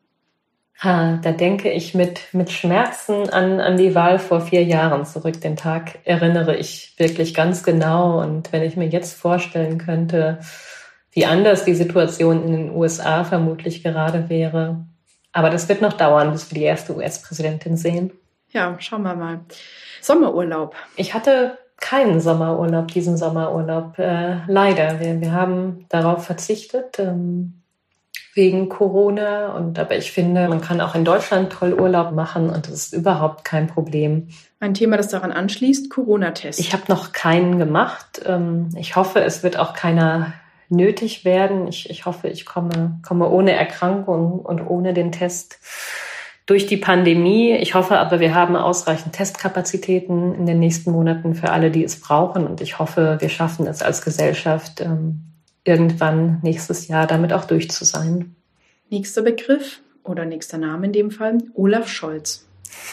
Da denke ich mit Schmerzen an die Wahl vor 4 Jahren zurück. Den Tag erinnere ich wirklich ganz genau. Und wenn ich mir jetzt vorstellen könnte, wie anders die Situation in den USA vermutlich gerade wäre. Aber das wird noch dauern, bis wir die erste US-Präsidentin sehen. Ja, schauen wir mal. Sommerurlaub. Ich hatte keinen Sommerurlaub, diesen Sommerurlaub. Leider. Wir haben darauf verzichtet. Wegen Corona. Aber ich finde, man kann auch in Deutschland toll Urlaub machen und das ist überhaupt kein Problem. Ein Thema, das daran anschließt, Corona-Test. Ich habe noch keinen gemacht. Ich hoffe, es wird auch keiner nötig werden. Ich hoffe, ich komme ohne Erkrankung und ohne den Test durch die Pandemie. Ich hoffe aber, wir haben ausreichend Testkapazitäten in den nächsten Monaten für alle, die es brauchen. Und ich hoffe, wir schaffen es als Gesellschaft, irgendwann nächstes Jahr damit auch durch zu sein. Nächster Begriff oder nächster Name in dem Fall, Olaf Scholz.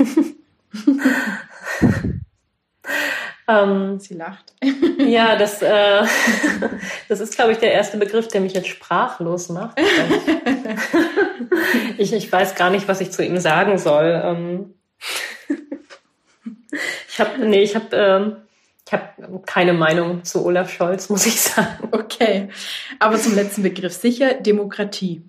Sie lacht. Ja, das ist, glaube ich, der erste Begriff, der mich jetzt sprachlos macht. Ich weiß gar nicht, was ich zu ihm sagen soll. Ich habe keine Meinung zu Olaf Scholz, muss ich sagen. Okay, aber zum letzten Begriff sicher, Demokratie.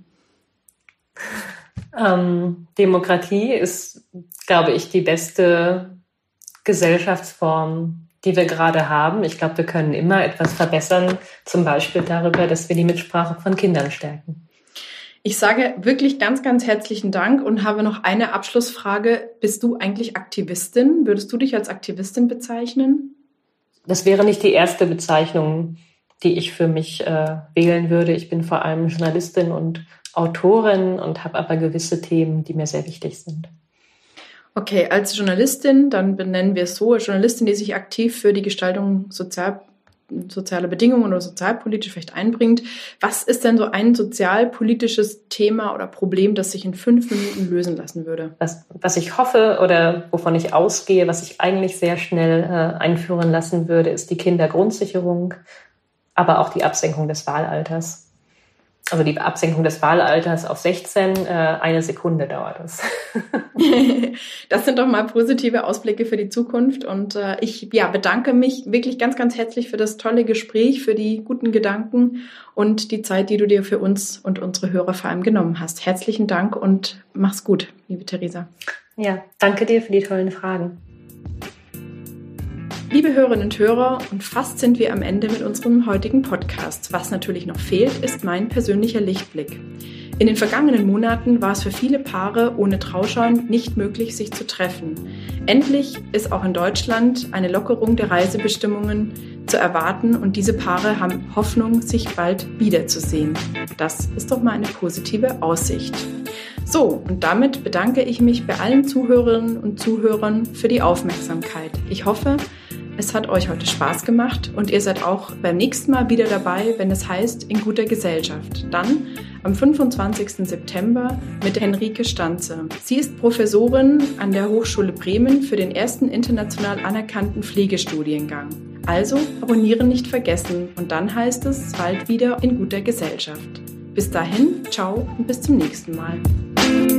Demokratie ist, glaube ich, die beste Gesellschaftsform, die wir gerade haben. Ich glaube, wir können immer etwas verbessern, zum Beispiel darüber, dass wir die Mitsprache von Kindern stärken. Ich sage wirklich ganz, ganz herzlichen Dank und habe noch eine Abschlussfrage. Bist du eigentlich Aktivistin? Würdest du dich als Aktivistin bezeichnen? Das wäre nicht die erste Bezeichnung, die ich für mich wählen würde. Ich bin vor allem Journalistin und Autorin und habe aber gewisse Themen, die mir sehr wichtig sind. Okay, als Journalistin, dann benennen wir es so, als Journalistin, die sich aktiv für die Gestaltung sozialer Bedingungen oder sozialpolitisch vielleicht einbringt. Was ist denn so ein sozialpolitisches Thema oder Problem, das sich in 5 Minuten lösen lassen würde? Was ich hoffe oder wovon ich ausgehe, was ich eigentlich sehr schnell einführen lassen würde, ist die Kindergrundsicherung, aber auch die Absenkung des Wahlalters. Also die Absenkung des Wahlalters auf 16, 1 Sekunde dauert es. Das sind doch mal positive Ausblicke für die Zukunft. Und ich bedanke mich wirklich ganz, ganz herzlich für das tolle Gespräch, für die guten Gedanken und die Zeit, die du dir für uns und unsere Hörer vor allem genommen hast. Herzlichen Dank und mach's gut, liebe Theresa. Ja, danke dir für die tollen Fragen. Liebe Hörerinnen und Hörer, und fast sind wir am Ende mit unserem heutigen Podcast. Was natürlich noch fehlt, ist mein persönlicher Lichtblick. In den vergangenen Monaten war es für viele Paare ohne Trauschein nicht möglich, sich zu treffen. Endlich ist auch in Deutschland eine Lockerung der Reisebestimmungen zu erwarten und diese Paare haben Hoffnung, sich bald wiederzusehen. Das ist doch mal eine positive Aussicht. So, und damit bedanke ich mich bei allen Zuhörerinnen und Zuhörern für die Aufmerksamkeit. Ich hoffe, es hat euch heute Spaß gemacht und ihr seid auch beim nächsten Mal wieder dabei, wenn es heißt In guter Gesellschaft. Dann am 25. September mit Henrike Stanze. Sie ist Professorin an der Hochschule Bremen für den ersten international anerkannten Pflegestudiengang. Also abonnieren nicht vergessen und dann heißt es bald wieder In guter Gesellschaft. Bis dahin, ciao und bis zum nächsten Mal.